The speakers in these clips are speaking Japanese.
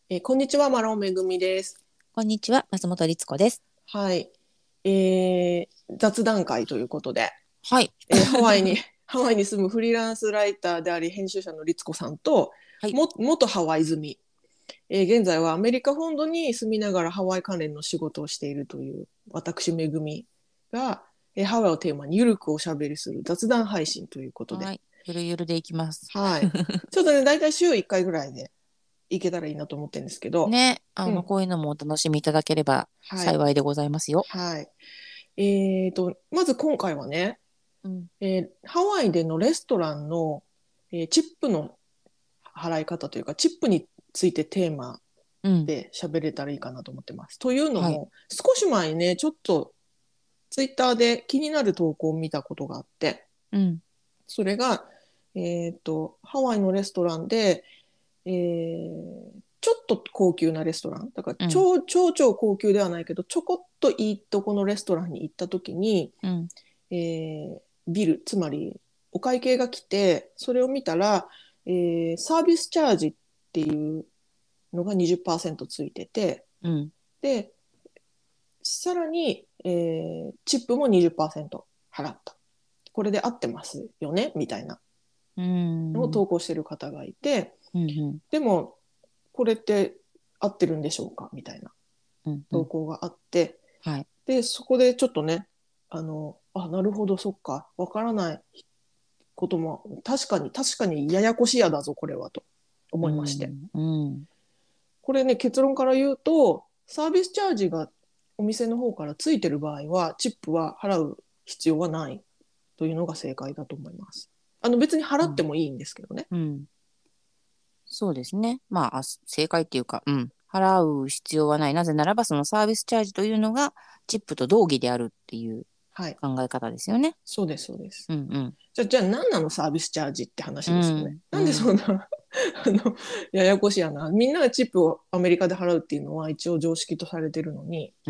こんにちは、マロンめぐみです。 こんにちは、松本律子です。 はい、雑談会ということで、 はい。 ハワイにハワイに住むフリーランスライターであり編集者の律子さんと、 はい。 元ハワイ住み、現在はアメリカ本土に住みながらハワイ関連の仕事をしているという私めぐみが、ハワイをテーマにゆるくおしゃべりする雑談配信ということで、 はい。ゆるゆるでいきます。 はい、ちょっとね、だいたい週1回ぐらいでいけたらいいなと思ってるんですけど、 ね。 うん、 こういうのもお楽しみいただければはい、 幸いでございますよ。 はい。まず今回はね、 うん。 ハワイでのレストランの、チップの払い方というか、チップについてテーマうん。 で喋れたらいいかなと思ってます。というのはい。 も、少し前にね、ちょっとツイッターで気になる投稿を見たことがあって、 うん。 それが、ハワイのレストランで、ちょっと高級なレストラン、だからうん。 超高級ではないけど、ちょこっといいとこのレストランに行った時に、 うん。 えビル、つまりお会計が来て、それを見たら、サービスチャージっていうのが20%ついてて、 うん。 で、さらに、チップも20%払った。これで合ってますよねみたいなうん。 のを投稿してる方がいて、 うん。 でも、これって合ってるんでしょうかみたいなうん。うん。 投稿があって、 はい。 で、そこでちょっとね、なるほど、そっか、わからないことも確かにややこしやだぞこれはとう思いまして、 ん。うん。 これね、結論から言うと、サービスチャージがお店の方からついてる場合はチップは払う必要はないというのが正解だと思います。別に払ってうん。 もいいんですけどね。 うん。そうですね。正解っていうか、うん。払う必要はない。なぜならば、そのサービスチャージというのが、チップと同義であるっていうはい、 考え方ですよね。 そうですそうです。 うん。うん。 じゃあ何なのサービスチャージってう話ですよね。 ん。 なんでそんうん。 なややこしやな、みんながチップをアメリカで払うっていうのは一応常識とされてるのに、 うん。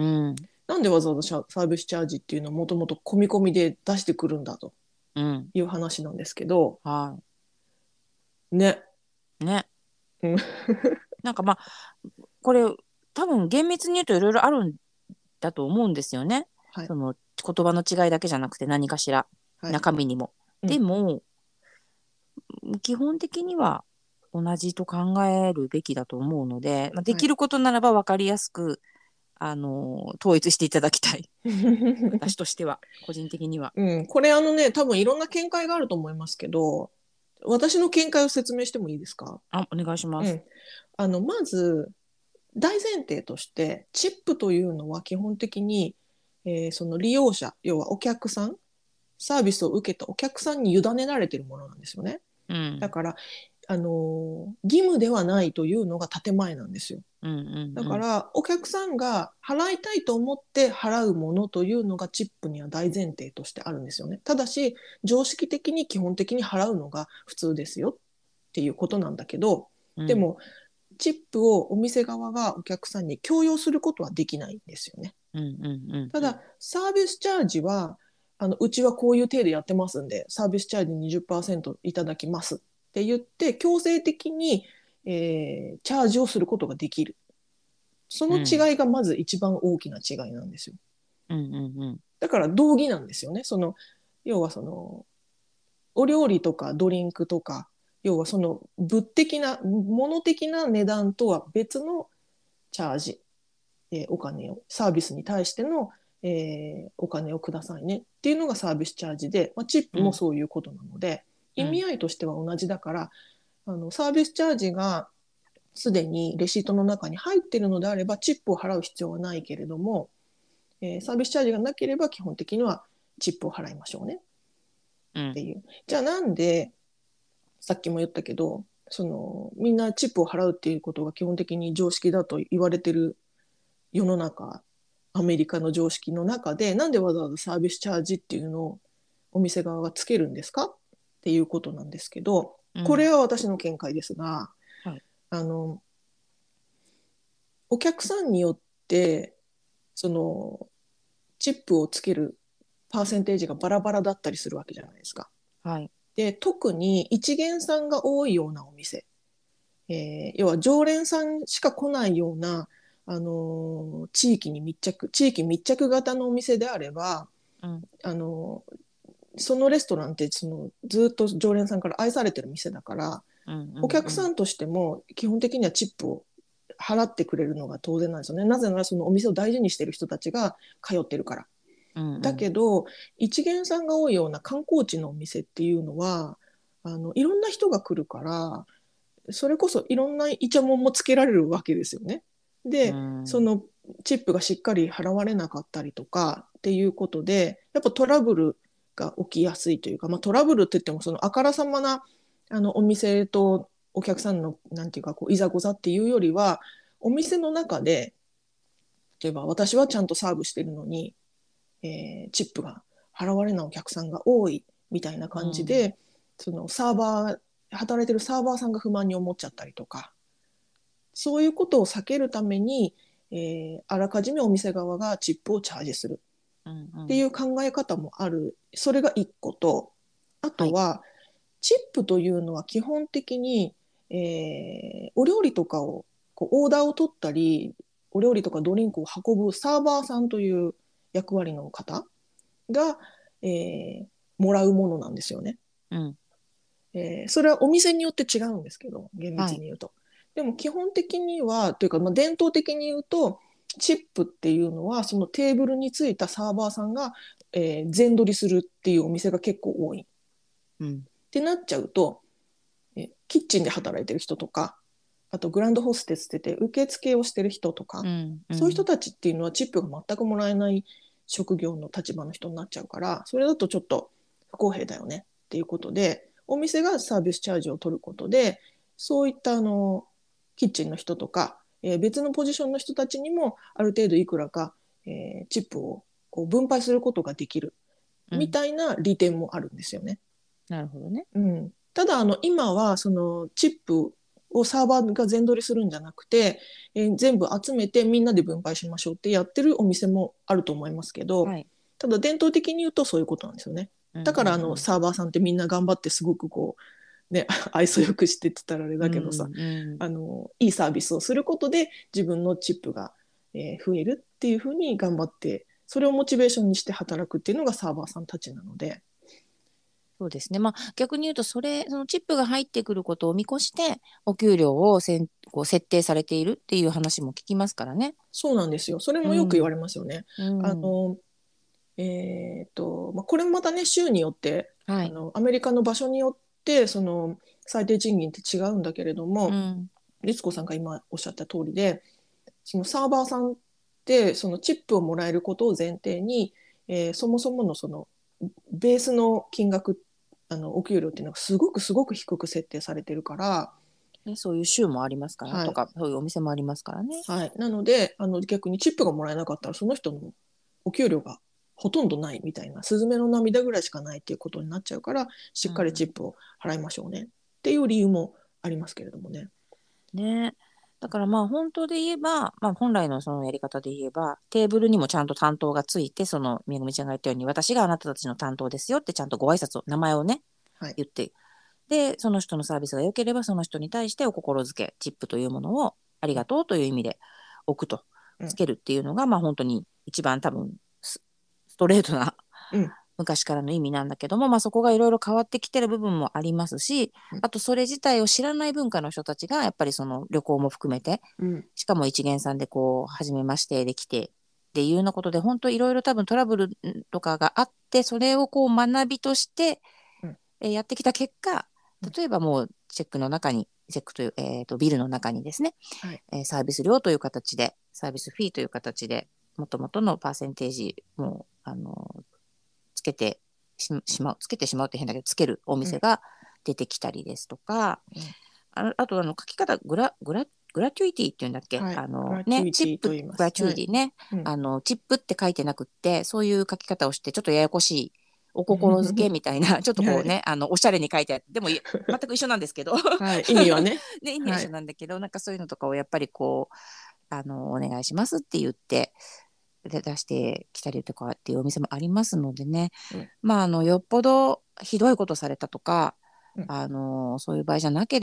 なんでわざわざサービスチャージっていうのをもともと込み込みで出してくるんだとうん。 いう話なんですけど、 はね。 い。ね。 うん、 なんかこれ、多分厳密に言うといろいろあるんだと思うんですよね。 はい。 その言葉の違いだけじゃなくて何かしら、 はい。 中身にも。 うん。 でも、基本的には同じと考えるべきだと思うので、ではい。 きることならば分かりやすく、統一していただきたい。私としては、個人的には。 うん。これ多分いろんな見解があると思いますけど、私の見解を説明してもいいですか？ お願いします。 うん。まず、大前提として、チップというのは基本的に、その利用者、要はお客さん、サービスを受けたお客さんに委ねられているものなんですよね。 うん。 だから、義務ではないというのが建前なんですよ。 うんうんだうん。 からお客さんが払いたいと思って払うものというのがチップには大前提としてあるんですよね。ただし常識的に基本的に払うのが普通ですよっていうことなんだけど、 うん。 でもチップをお店側がお客さんに強要することはできないんですよね。 うんうんうんただサービスチャージはうちはこういう体でやってますんでサービスチャージ20%いただきますって言って強制的に、チャージをすることができる。そのうん。 違いがまず一番大きな違いなんですよ。 うんうんうん。 だから道義なんですよね。要はお料理とかドリンクとか、要はその物的な、物的な値段とは別のチャージ、お金を、サービスに対しての、お金をくださいねっていうのがサービスチャージで、チップもうんそういうことなので、意味うん合いとしては同じだから、サービスチャージがすでにレシートの中に入っているのであれば、チップを払う必要はないけれども、サービスチャージがなければ基本的にはチップを払いましょうねっうん。 ていう。じゃあなんで、さっきも言ったけど、みんなチップを払うっていうことが基本的に常識だと言われてる世の中、アメリカの常識の中で、なんでわざわざサービスチャージっていうのをお店側がつけるんですかっていうことなんですけど、これうん。 は私の見解ですが、 はい。 あの、お客さんによって、その、チップをつけるパーセンテージがバラバラだったりするわけじゃないですか。 はい。 で、特に一元さんが多いようなお店、 要は常連さんしか来ないような、地域密着型のお店であれば、 うん。 あのそのレストランってずっと常連さんから愛されてる店だから、 うん。うおん。うん。 客さんとしても基本的にはチップを払ってくれるのが当然なんですよね。なぜならそのお店を大事にしてる人たちが通ってるから。 うん。うだん。 けど一元さんが多いような観光地のお店っていうのは、いろんな人が来るから、それこそいろんなイチャモンもつけられるわけですよね。 うで、そん。 のチップがしっかり払われなかったりとかっていうことで、やっぱトラブルが起きやすいというか、まあ、トラブルって言ってもそのあからさまなお店とお客さんのなんていうかこういざこざっていうよりは、お店の中で例えば私はちゃんとサーブしてるのに、チップが払われないお客さんが多いみたいなうん。 感じで、そのサーバ働いてるサーバーさんが不満に思っちゃったりとか、そういうことを避けるために、あらかじめお店側がチップをチャージするうん。うっていん。 う考え方もある。それが1個と、あはい。 とはチップというのは基本的に、お料理とかをこうオーダーを取ったり、お料理とかドリンクを運ぶサーバーさんという役割の方が、もらうものなんですよね。 うん。 それはお店によって違うんですけど、厳はい。 密に言うと。でも基本的には、というか、まあ、伝統的に言うと、チップっていうのは、そのテーブルについたサーバーさんが、全取りするっていうお店が結構多い。っうん。 てなっちゃうと、キッチンで働いてる人とか、あとグランドホステスって言って受付をしてる人とか、 うん。うそういう人ん。 たちっていうのはチップが全くもらえない職業の立場の人になっちゃうから、それだとちょっと不公平だよねっていうことで、お店がサービスチャージを取ることで、そういったキッチンの人とか、別のポジションの人たちにもある程度いくらか、チップをこう分配することができるうん。 みたいな利点もあるんですよね。 なるほどね。 うん、ただ今はそのチップをサーバーが全取りするんじゃなくて、全部集めてみんなで分配しましょうってやってるお店もあると思いますけど、 はい。 ただ伝統的に言うとそういうことなんですよね。 うん。 だからうん。 サーバーさんってみんな頑張ってすごくこうね愛想よくしてって言ったらあれうだけどさ、 ん。うん。 いいサービスをすることで自分のチップが、増えるっていうふうに頑張って、それをモチベーションにして働くっていうのがサーバーさんたちなので。 そうですね。まあ逆に言うと、そのチップが入ってくることを見越して、お給料をこう設定されているっていう話も聞きますからね。 そうなんですよ。それうん。 もよく言われますよね。 うあん。 の、まあ、これもまたね、州によって、 はい。 アメリカの場所によって、最低賃金って違うんだけれども、 うん。 律子さんが今おっしゃった通りで、そのサーバーさんって、そのチップをもらえることを前提に、そもそものそのベースの金額、お給料っていうのがすごくすごく低く設定されてるから、 ね、そういう州もありますからはい。 とか、そういうお店もありますからね。 はい。なので、逆にチップがもらえなかったら、その人のお給料がほとんどないみたいな、スズメの涙ぐらいしかないっていうことになっちゃうから、しっかりチうん。 ップを払いましょうねっていう理由もありますけれどもね。 ね。だからまあ本当で言えば、まあ本来のそのやり方で言えば、テーブルにもちゃんと担当がついて、そのめぐみちゃんが言ったように、私があなたたちの担当ですよってちゃんとご挨拶を、名前をね、 はい。 言って、で、その人のサービスが良ければ、その人に対してお心づけ、チップというものをありがとうという意味で置くと、 うん。 つけるっていうのが、まあ本当に一番多分ストレートなうん。 昔からの意味なんだけども、まあ、そこがいろいろ変わってきてる部分もありますし、 うん。 あとそれ自体を知らない文化の人たちがやっぱりその旅行も含めて、 うん。 しかも一元さんでこう初めましてできてっていうようなことで、本当いろいろ多分トラブルとかがあって、それをこう学びとしてうん。 やってきた結果、 うん。 例えばもうチェックという、ビルの中にですね、 はい。 サービス料という形で、サービスフィーという形で、もともとのパーセンテージもつけてつけてしまうって変だけど、つけるおうん。 店が出てきたりですとか、 うん。 あと書き方、グラチュイティっていうんだっけ、 はい。グラチュね、 イティと言います。 グラチュはい。 イティね、 うん。 チップって書いてなくって、そういう書き方をして、ちょっとややこしい、お心づけみたいな、ちょっとこはい。 うね、おしゃれに書いてあって、でも全く一緒なんですけど、 はい。意味はね。 ね、意味は一緒はい。 なんだけど、なんかそういうのとかをやっぱりこう、お願いしますって言って、で出してきたりとかっていうお店もありますのでね、 うん。 まあ、よっぽどひどいことされたとか、 うん。 そういう場合じゃなければ、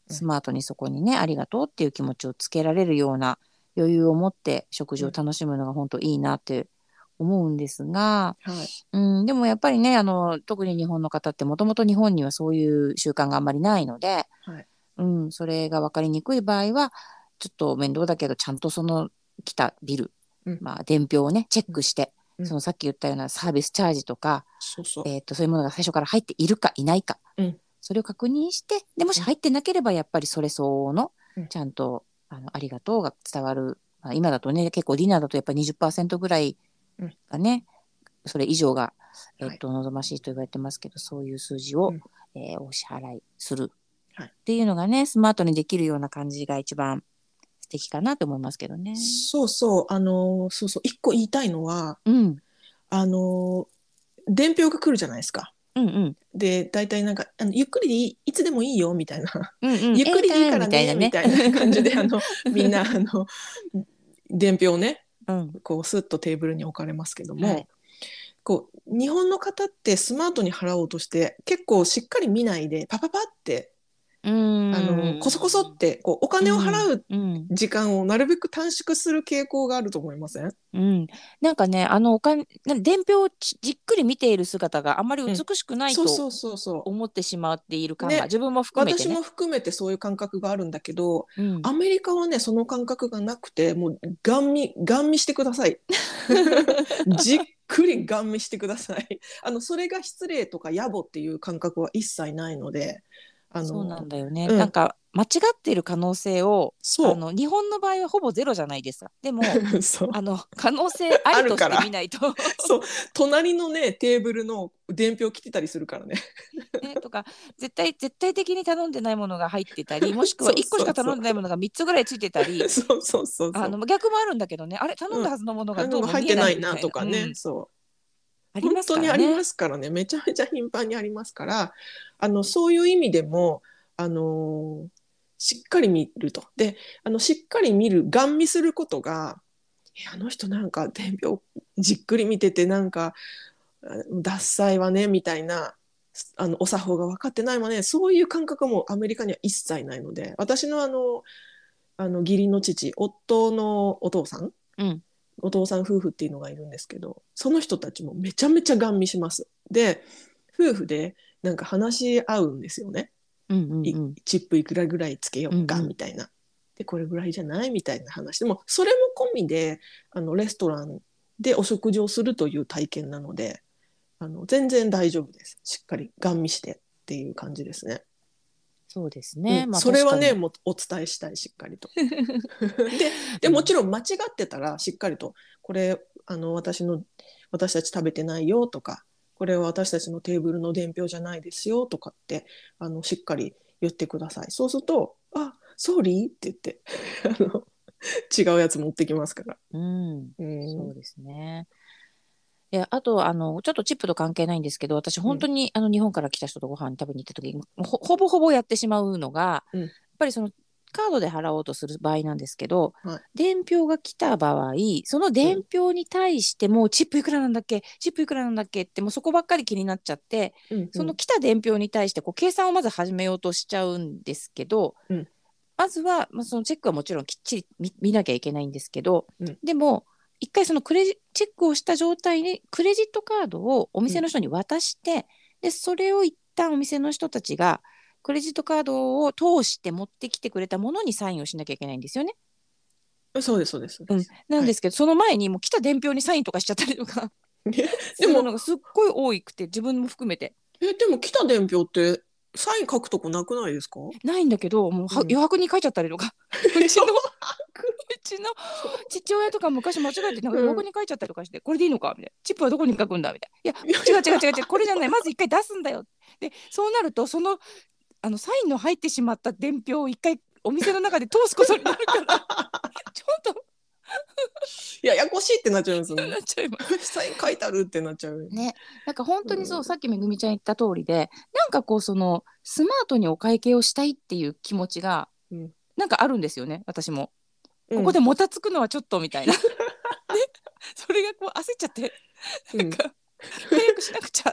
スマートにそこにねありがとうっていう気持ちをつけられるような余裕を持って食事を楽しむのが本当いいなって思うんですが、 はい。 でもやっぱりね特に日本の方ってもともと日本にはそういう習慣があんまりないので、 はい。 それが分かりにくい場合はちょっと面倒だけどちゃんとその来たビル、 うん。 伝票をねチェックして、 うん。 そのさっき言ったようなサービスチャージとか、 そうそそういうものが最初から入っているかいないか、 う。うん。 それを確認して、でもし入ってなければやっぱりそれ相応のうん。 ちゃんとありがとうが伝わる、今だとね結構ディナーだとやっぱり20%ぐらいうん。 がねそれ以上が、 はい。 望ましいと言われてますけど、そういう数字を、 うん。 お支払いするはい。 っていうのがねスマートにできるような感じが一番素敵かなと思いますけどね。 そうそう。そうそう。一個言いたいのは、 うん、 あの、伝票が来るじゃないですか。 うんうんで、大体なんか、ゆっくりでいい、いつでもいいよ、みたいな。 うんうんゆっくりでいいからね、 みたいなね。 みたいな感じで、みんな、伝票をね、 うん、 こう、スッとテーブルに置かれますけども、 はい。 こう、日本の方ってスマートに払おうとして、結構しっかり見ないで、パパパって、 うーこそこそっん。 て、こう、おう金をん。 払ううん。 時間をなるべく短縮する傾向があると思いません？ うん。なんかね、お金、伝票をじっくり見ている姿があまりうん。 美しくないとそうそうそうそ思ってしまっているう。 感が、 ね。 自分も含めてね。 私も含めてそういう感覚があるんだけど、 うん。 アメリカはね、その感覚がなくて、もう、ガン見してください。じっくりガン見してください。それが失礼とか野暮っていう感覚は一切ないので、 そうなんだよね。 うん、 なんか、間違っている可能性を、 そ日本の場合はほぼゼロじゃないですか。でも、 う、そう、 可能性ありとしあるから。 て見ないとそう、隣のね、テーブルの伝票来てたりするからね。 ね、とか絶対的に頼んでないものが入ってたりもしくはそう 1個しかそうそう。 頼んでないものが3つぐらいついてたりそうそうそうそう。 逆もあるんだけどねあれ頼んうん。 だはずのものがどうなんか入っも見えなてないないみたいな、 とかね、そう。本あります当にありまからね。 すからね、めちゃめちゃ頻繁にありますから、そういう意味でも、あのしっかり見ると。で、しっかり見る、ガン見することが、あの人なんか伝票じっくり見てて、なんか、獺祭はね、みたいな、お作法が分かってないもんね、そういう感覚もアメリカには一切ないので、私の義理の父、夫のお父さん、 うん、 お父さん夫婦っていうのがいるんですけど、その人たちもめちゃめちゃガン見します。で、夫婦でなんか話し合うんですよね。 うんうんうんチップいくらぐらいつけようかうんうんみたいな。で、これぐらいじゃないみたいな話。でも、それも込みで、レストランでお食事をするという体験なので、全然大丈夫です。しっかりガン見してっていう感じですね。 そうですうん、 ね。まあそれはね、 確かに。 もうお伝えしたい、しっかりと。で、もちろん間違ってたら、しっかりと、これ、私たち食べてないよとか、これは私たちのテーブルの伝票じゃないですよとかって、しっかり言ってください。そうすると、あ、ソーリーって言って、違うやつ持ってきますから。 うん、 うん、 そうですね。あとちょっとチップと関係ないんですけど、私うん、 本当に日本から来た人とご飯食べに行った時にほぼほぼやってしまうのが、やうん、 っぱりそのカードで払おうとする場合なんですけど、 はい、 伝票が来た場合、その伝うん、 票に対してもうチップいくらなんだっけ、チップいくらなんだっけってもうそこばっかり気になっちゃって、 うん、うん、 その来た伝票に対してこう計算をまず始めようとしちゃうんですけど、 うん、 まずは、そのチェックはもちろんきっちり見なきゃいけないんですけど、 うん、 でも、一回そのチェックをした状態にクレジットカードをおうん。 店の人に渡して、で、それを一旦お店の人たちがクレジットカードを通して持ってきてくれたものにサインをしなきゃいけないんですよね。 そうです、そうです、そうでうん。 す。はい。 なんですけど、その前にもう来た伝票にサインとかしちゃったりとかでも、 するのがすっごい多くて、自分も含めて。 でも来た伝票ってサイン書くとこなくないですか？ ないんだけど、もううん。 余白に書いちゃったりとか、うちの父親とか昔間違えてなんか余うん。 白に書いちゃったりとかして、これでいいのかみたいな。チップはどこに書くんだみたいな。いや、 いやいや、 違う、これじゃない。まず一回出すんだよ。で、そうなると、サインの入ってしまった伝票を一回お店の中で通すことになるから、ちょっとややこしいってなっちゃいますよね。 なっちゃいます。 サイン書いてあるってなっちゃう。 ね。なんか本当にそう、 うん。 さっきめぐみちゃん言った通りで、なんかこう、スマートにお会計をしたいっていう気持ちが、 うん。 なんかあるんですよね、私も。 うん。 ここでもたつくのはちょっとみたいな。それがこう焦っちゃって、 うん。 なんか早くしなくちゃって。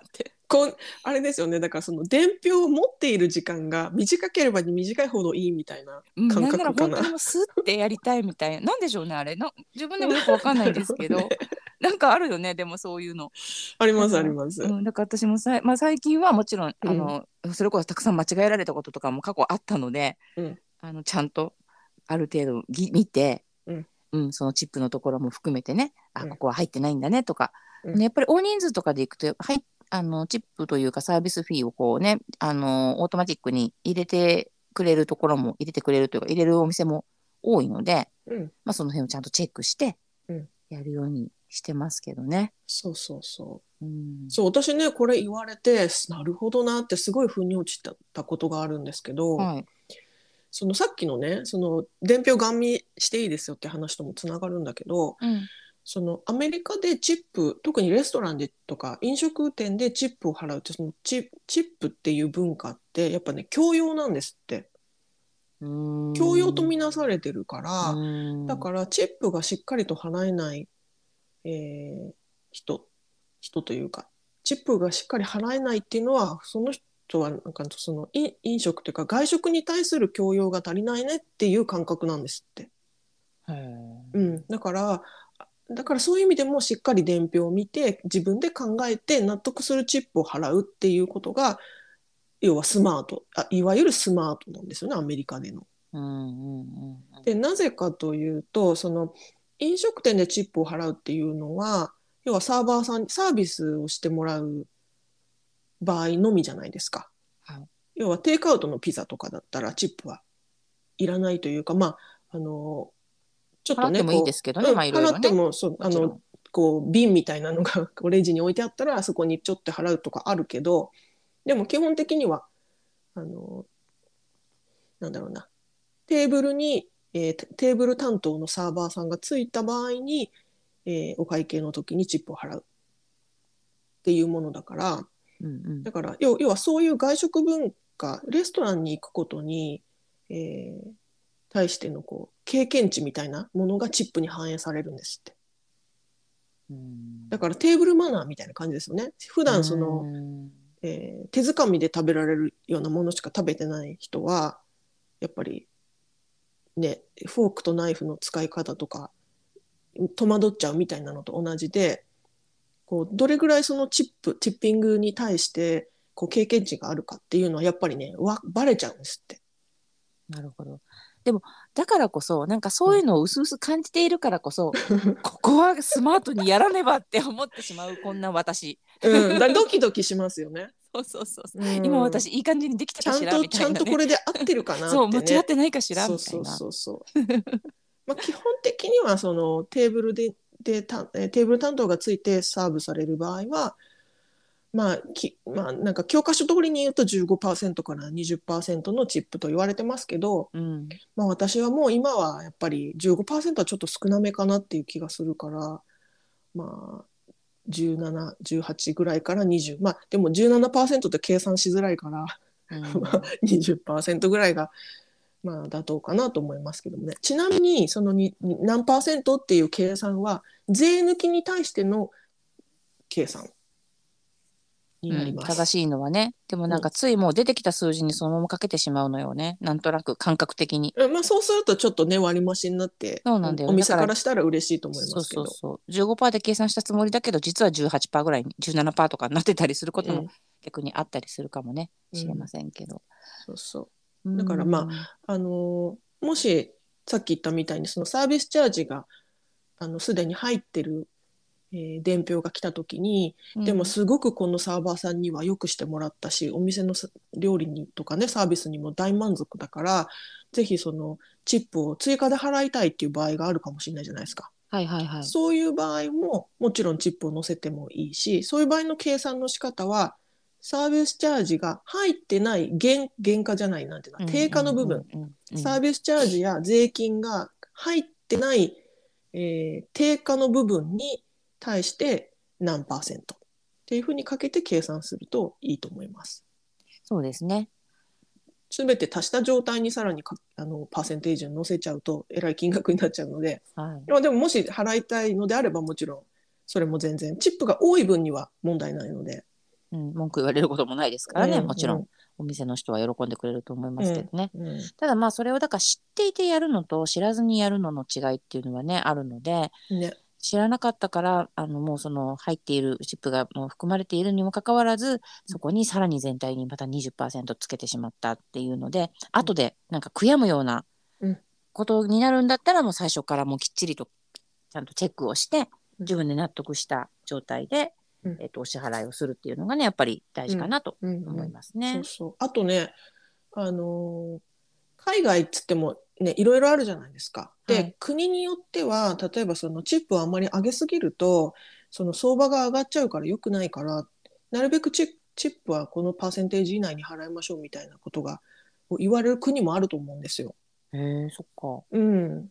あれですよね。だからその伝票を持っている時間が短ければ短いほどいいみたいな感なんなら覚かな。 本当にもうスッてやりたいみたいな。なんでしょうね、あれ。自分でもよくわかんないんですなんだろうね。 けど、なんかあるよね、でもそういうの。 ありますありだから、 ます。 だから私も最近はもちろん、 うん。 それこそたくさん間違えられたこととかも過去あったので、 うん。 ちゃんとある程度見て、 うん。 そのチップのところも含めてね、 うん。 ここは入ってないんだねとか、 うん。 やっぱり大人数とかで行くと、チップというかサービスフィーをこうね、オートマティックに入れてくれるところも入れてくれるというか、入れるお店も多いので、 うん。 その辺をちゃんとチェックしてうん。 やるようにしてますけどね。 そうそうそう。 うん。 そう、私ね、これ言われて、なるほどなってすごい腑に落ちたことがあるんですけど、 はい。 そのさっきのね、その伝票ガン見していいですよって話ともつながるんだけど、 うん。 そのアメリカでチップ、特にレストランでとか飲食店でチップを払うって、そのチップっていう文化ってやっぱね、教養なんですって。 う教養とん。 みなされてるかうら、だん。 からチップがしっかりと払えない、えー人、人というか、チップがしっかり払えないっていうのは、その人はなんかその飲食というか外食に対する教養が足りないねっていう感覚なんですって。 へえ。 うん、だからそういう意味でもしっかり伝票を見て自分で考えて納得するチップを払うっていうことが要はスマート、いわゆるスマートなんですよね、アメリカでの。 うんうんうんで、なぜかというと、その飲食店でチップを払うっていうのは、要はサーバーさんにサービスをしてもらう場合のみじゃないですか。 はい。 要はテイクアウトのピザとかだったらチップはいらないというか、まあ、ちょっとね、 払ってもいいですけどね、いろいろね。 払っても、そう、 もちろん。 瓶みたいなのがレジに置いてあったら、そこにちょっと払うとかあるけど、でも基本的には、あの、なんだろうな、テーブル担当のサーバーさんがついた場合に、お会計の時にチップを払うっていうものだから、 うんうん。 だから要はそういう外食文化、レストランに行くことに、えー対しての経験値みたいなものがチップに反映されるんですって。 うん。 だからテーブルマナーみたいな感じですよね。普う段ん。 手づかみで食べられるようなものしか食べてない人は、やっぱりね、フォークとナイフの使い方とか戸惑っちゃうみたいなのと同じで、どれぐらいそのチッピングに対して経験値があるかっていうのはやっぱりね、バレちゃうんですって。 なるほど。でも、だからこそ、なんかうん。 そういうのを薄々感じているからこそ、ここはスマートにやらねばって思ってしまう、こんな私。 うん、ドキドキしますよね。 そうそうそうそう。今うん。 私いい感じにできたかしらちゃんと、 みたいなね。 ちゃんとこれで合ってるかなそう、間ってね。 違ってないかしらそうそうみたいな。 そうそう。まあ、基本的にはそのテーブル担当がついてサーブされる場合は、まあ、なんか教科書通りに言うと15%から20%のチップと言われてますけど、 うん。 まあ、私はもう今はやっぱり15%はちょっと少なめかなっていう気がするから、まあ、17、18ぐらいから20、まあでも17%って計算しづらいから、 うまあん。 20%ぐらいがまあ妥当かなと思いますけどもね。ちなみにその何パーセントっていう計算は税抜きに対しての計算になりうん、正ます。 しいのはね。でもなんかついもう出てきた数字にそのままかけてしまうのよね。なんとなく感覚的に。 まあそうするとちょっとね割増しになっておそうなんだよね。だから、 店からしたら嬉しいと思いまそうすけど。 そうそう。15%で計算したつもりだけど、実は18%ぐらいに、17%とかになってたりすることもうん逆にあったりするかもね。 うん、 しれませんけど。 そうそうう。だからまん。 あもしさっき言ったみたいにそのサービスチャージがすでに入ってる伝票が来た時に、でもうん。 すごくこのサーバーさんにはよくしてもらったし、お店の料理にとかね、サービスにも大満足だから、ぜひそのチップを追加で払いたいっていう場合があるかもしれないじゃないですか。 はいはいはい。 そういう場合ももちろんチップを載せてもいいし、そういう場合の計算の仕方は、サービスチャージが入ってない原価じゃないなんていうのはうん定うんうん価の部分、 うんうん。 サービスチャージや税金が入ってない、定価の部分に対して何パーセントっていうふうにかけて計算するといいと思います。 そうですね。 すべて足した状態にさらにパーセンテージを乗せちゃうとえらい金額になっちゃうので、 はい。 でももし払いたいのであればもちろんそれも全然チップが多い分には問題ないので、 文句言われることもないですからね、もちろん。お店の人は喜んでくれると思いますけどね。ただまあそれをだから知っていてやるのと知らずにやるのの違いっていうのはね、あるので、 ね。 知らなかったからもうその入っているチップがもう含まれているにもかかわらず、そこにさらに全体にまた 20% つけてしまったっていうので、後でなんか悔やむようなことになるんだったら、もう最初からもうきっちりとちゃんとチェックをして自分で納得した状態で、お支払いをするっていうのがね、やっぱり大事かなと思いますね。 そうそう。あとね、海外っつってもね、いろいろあるじゃないですか。で、 はい、 国によっては、例えばそのチップをあまり上げすぎると、その相場が上がっちゃうから良くないから、なるべくチップはこのパーセンテージ以内に払いましょうみたいなことが言われる国もあると思うんですよ。 へえ、そっか。 うん。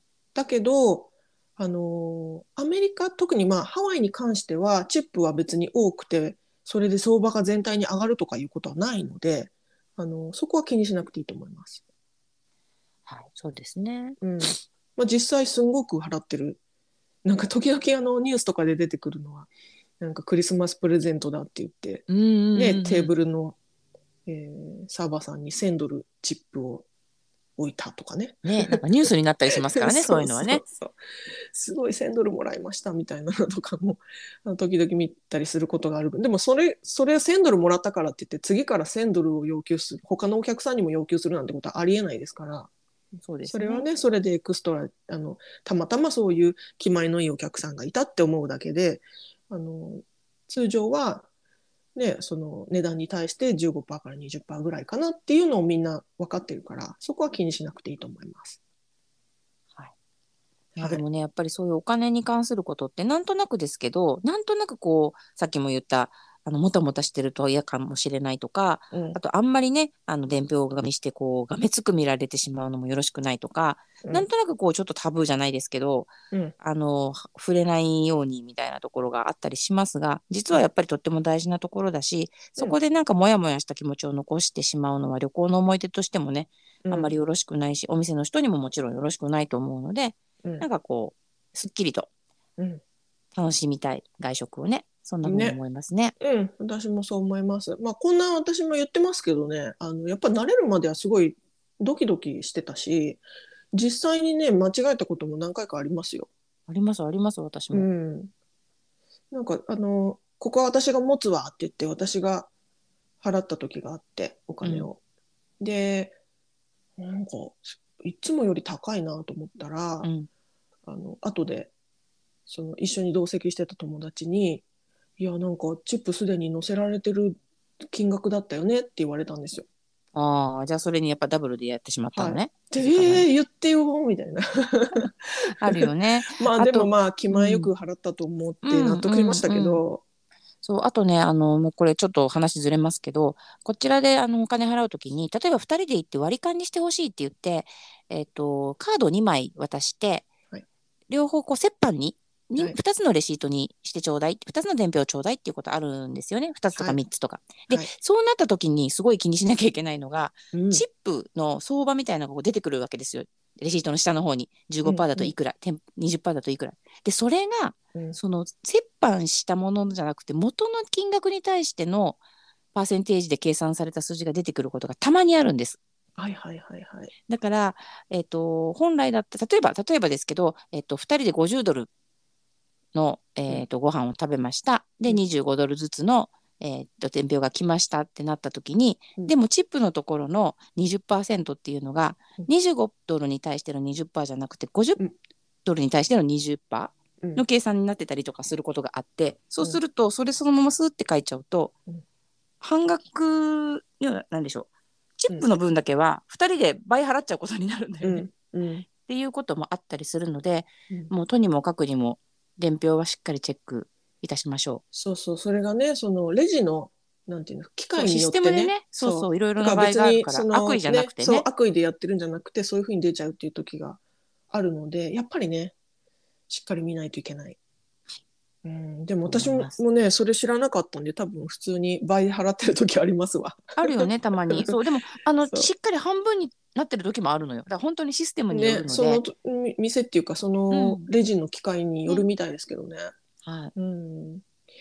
だけど、アメリカ、特にまあハワイに関しては、チップは別に多くて、それで相場が全体に上がるとかいうことはないので、そこは気にしなくていいと思います。 はい、そうですね。 まあ、実際すんごく払ってる。なんか時々ニュースとかで出てくるのは、なんかクリスマスプレゼントだって言って、ね、テーブルの、サーバーさんに1000ドルチップを置いたとかね。 ね、なんかニュースになったりしますからね、そういうのはね。 すごい1000ドルもらいましたみたいなのとかも時々見たりすることがある。でもそれ1000ドルもらったからって言って次から1000ドルを要求する、他のお客さんにも要求するなんてことはありえないですから。 そうですね。 それはね、それでエクストラたまたまそういう気前のいいお客さんがいたって思うだけで、通常はね、その値段に対して15%から20%ぐらいかなっていうのをみんな分かってるから、そこは気にしなくていいと思います。 はい。まあでもね、やっぱりそういうお金に関することってなんとなくですけど、なんとなくこう、さっきも言った、もたもたしてると嫌かもしれないとか、あとあんまりね、伝票が見して、こう、がめつく見られてしまうのもよろしくないとか、なんとなくこう、ちょっとタブーじゃないですけど、触れないようにみたいなところがあったりしますが、実はやっぱりとっても大事なところだし、そこでなんかモヤモヤした気持ちを残してしまうのは旅行の思い出としてもね、あんまりよろしくないし、お店の人にももちろんよろしくないと思うので、なんかこう、すっきりと楽しみたい外食をね、そんな風に思いますね。 私もそう思います。まあ、こんな私も言ってますけどね、やっぱ慣れるまではすごいドキドキしてたし、実際にね、間違えたことも何回かありますよ。 あります、あります、私も。 なんか、ここは私が持つわって言って、私が払った時があって、お金を。で、なんか、いつもより高いなと思ったら、後で、一緒に同席してた友達に、いや、なんか、チップすでに載せられてる金額だったよねって言われたんですよ。 ああ、じゃあそれにやっぱダブルでやってしまったのね。 で、言ってよ、みたいな。 あるよね。 まあ、でもまあ、気前よく払ったと思って納得しましたけど、 そう、あとね、もうこれちょっと話ずれますけど、こちらでお金払うときに、例えば2人で行って割り勘にしてほしいって言って、カード2枚渡して、両方こう折半に、2つのレシートにしてちょうだい、2つの伝票ちょうだいっていうことあるんですよね。2つとか3つとか。で、そうなったときにすごい気にしなきゃいけないのが、チップの相場みたいなのが出てくるわけですよ。レシートの下の方に15%だといくら、20%だといくら。で、それが、その折半したものじゃなくて、元の金額に対してのパーセンテージで計算された数字が出てくることがたまにあるんです。だから、本来だった、例えばですけど、2人で50ドルの、ご飯を食べました。で、25ドルずつの、伝票が来ましたってなった時に、でもチップのところの 20% っていうのが、25ドルに対しての 20% じゃなくて、50ドルに対しての 20%の計算になってたりとかすることがあって、そうすると、それそのままスーって書いちゃうと、半額、なんでしょう。チップの分だけは2人で倍払っちゃうことになるんだよね。っていうこともあったりするので、もうとにもかくにも伝票はしっかりチェックいたしましょう。 そうそう、それがね、そのレジのなんていうの、機械によってね、 システムでね、そういろいろな場合があるから悪意じゃなくてね、 そう悪意でやってるんじゃなくて、そういうふうに出ちゃうっていう時があるので、やっぱりね、しっかり見ないといけない。でも私もね、それ知らなかったんで、多分普通に倍払ってる時ありますわ。 あるよね、たまに。そう、でもしっかり半分になってる時もあるのよ。だから本当にシステムによるので。 その店っていうか、そのレジの機械によるみたいですけどね。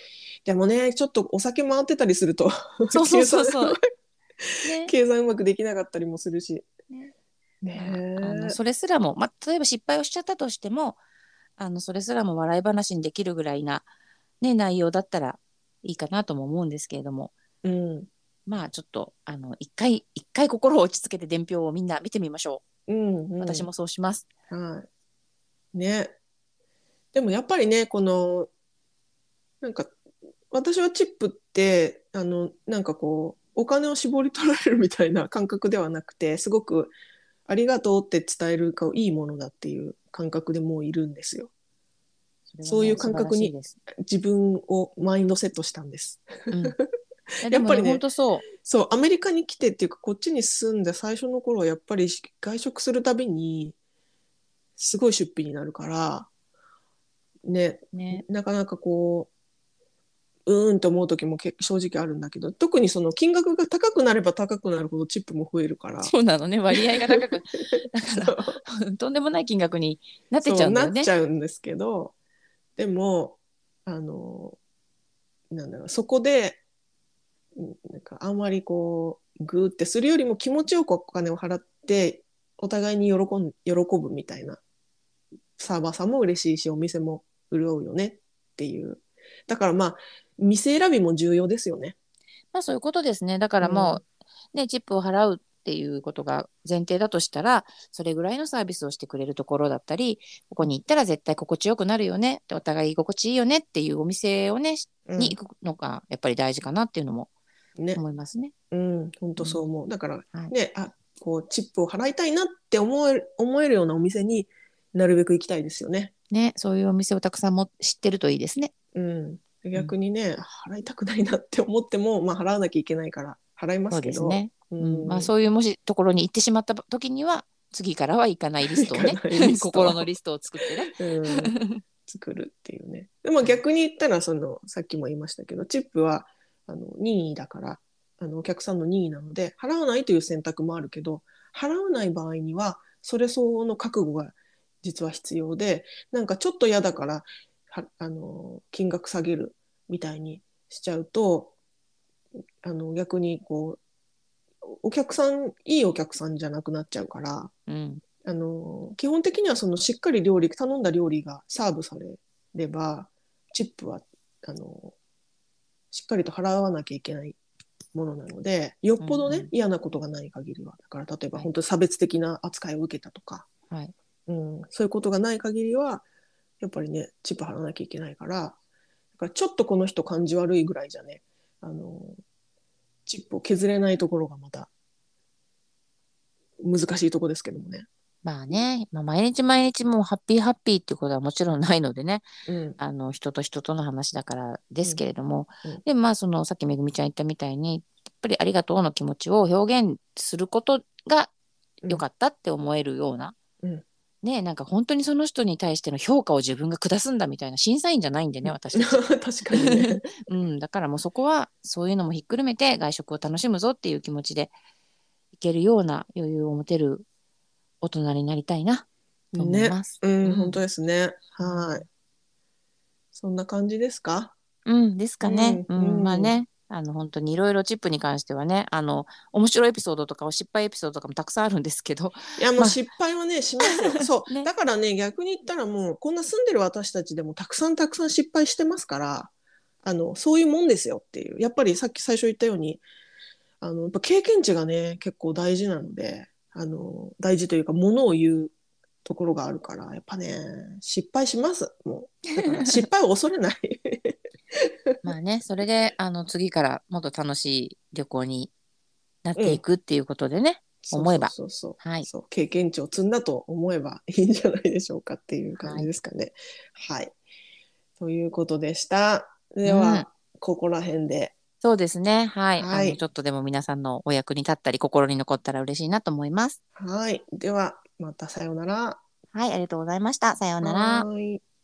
でもね、ちょっとお酒回ってたりするとそうそうそうそう。ね。 計算うまくできなかったりもするし。 ね。 ねそれすらも、例えば失敗をしちゃったとしても、それすらも笑い話にできるぐらいな、ね、内容だったらいいかなとも思うんですけれども、 うん。 ちょっと、一回心を落ち着けて伝票をみんな見てみましょう。 うん私もそうします。 はい。ね。でもやっぱりね、なんか、私はチップって、なんかこう、お金を絞り取られるみたいな感覚ではなくて、すごくありがとうって伝えるいいものだっていう感覚でもういるんですよ。 それはそういうもう素晴ら感覚にしいです。 自分をマインドセットしたんです。 うん。いや、でもね、本やっぱりね、 当そそう、アメリカに来てっていうか、こっちに住んで最初の頃はやっぱり外食するたびに、すごい出費になるから、ね、 う。ね。 なかなかこうーんと思う時も正直あるんだけど、特にその金額が高くなれば高くなるほどチップも増えるから、 そうなのね。割合が高く、だかそう、 ら、とんでもない金額になってちそうなっちゃうんだよね。 ゃうんですけど、でも、なんだろう、そこで、なんかあんまりこう、グーってするよりも気持ちよくお金を払って、お互いに喜ぶみたいな、サーバーさんも嬉しいし、お店も潤うよねっていう。だからまあ、店選びも重要ですよね。 そういうことですね。だからもうん。 う、ね、チップを払うっていうことが前提だとしたら、それぐらいのサービスをしてくれるところだったり、ここに行ったら絶対心地よくなるよね、お互い居心地いいよねっていうお店をね、 うん。 に行くのがやっぱり大事かなっていうのもね。 思いますね。 うん。本うん、 当そう思う。だからはい。 ね、こう、チップを払いたいなって思えるようなお店になるべく行きたいですよね。 ね、そういうお店をたくさんも知ってるといいですね。 うん。 うん、 逆にね、払いたくないなって思っても、まあ払わなきゃいけないから払いまそうすけど、 ですね。 ううん、 ん。 そういうもしところに行ってしまった時には、次からは行かないリス行かトをね、 ないリスト心のを、 リストを作ってね。 うん、作るっていうね。でもはい。 逆に言ったら、さっきも言いましたけど、チップは、任意だから、お客さんの任意なので、払わないという選択もあるけど、払わない場合には、それ相応の覚悟が実は必要で、なんかちょっと嫌だから、金額下げるみたいにしちゃうと、逆にこう、いいお客さんじゃなくなっちゃうから、 うん。 基本的にはそのしっかり頼んだ料理がサーブされれば、チップはあのしっかりと払わなきゃいけないものなので、よっうん。 ぽどね、 うん。 嫌なことがない限りは、だから例えばはい。 本当に差別的な扱いを受けたとか、 はい。 うん、そういうことがない限りは、やっぱりね、チップ払わなきゃいけないから、だからちょっとこの人感じ悪いぐらいじゃね、あのチップを削れないところがまた難しいところですけどもね。 まあね、毎日毎日もうハッピーハッピーっていうことはもちろんないのでね、 うん、 人と人との話だからですうん、 けれども、 うん、 で、さっきめぐみちゃん言ったみたいに、やっぱりありがとうの気持ちを表現することがうん、 良かったって思えるような、 うん。 ね、なんか本当にその人に対しての評価を自分が下すんだみたいな審査員じゃないんでね、私たち。 確かにね。 うん、だからもうそこはそういうのもひっくるめて外食を楽しむぞっていう気持ちでいけるような余裕を持てる大人になりたいなと思いね。 ます。 うん、本当うん。 ですね。 うはい。 ん。 そんな感じですか？ うんですかね。 うん、 うん。まあうん。 ね。本当にいろいろチップに関してはね、面白いエピソードとか失敗エピソードとかもたくさんあるんですけど、 いや、もうまあ、 失敗はね、しますよ。そう。 ね。 だからね、逆に言ったらもう、こんな住んでる私たちでもたくさんたくさん失敗してますから、そういうもんですよっていう。やっぱりさっき最初言ったように、やっぱ経験値がね、結構大事なので、大事というか、ものを言うところがあるから、やっぱね、失敗します。もう。だから、失敗を恐れない。 まあね、それで、次からもっと楽しい旅行になっていうん。 くっていうことでね、 そうそう思えば。 そうそう。 はい。 そう、経験値を積んだと思えばいいんじゃないでしょうかっていう感はい。 じですかね。はい。ということでした。 うでは、 ん。 ここら辺で。 そうですね。はい。 はい。 ちょっとでも皆さんのお役に立ったり、心に残ったら嬉しいなと思います。 はい。では、またさようなら。 はい。ありがとうございました。さようなら。 はい。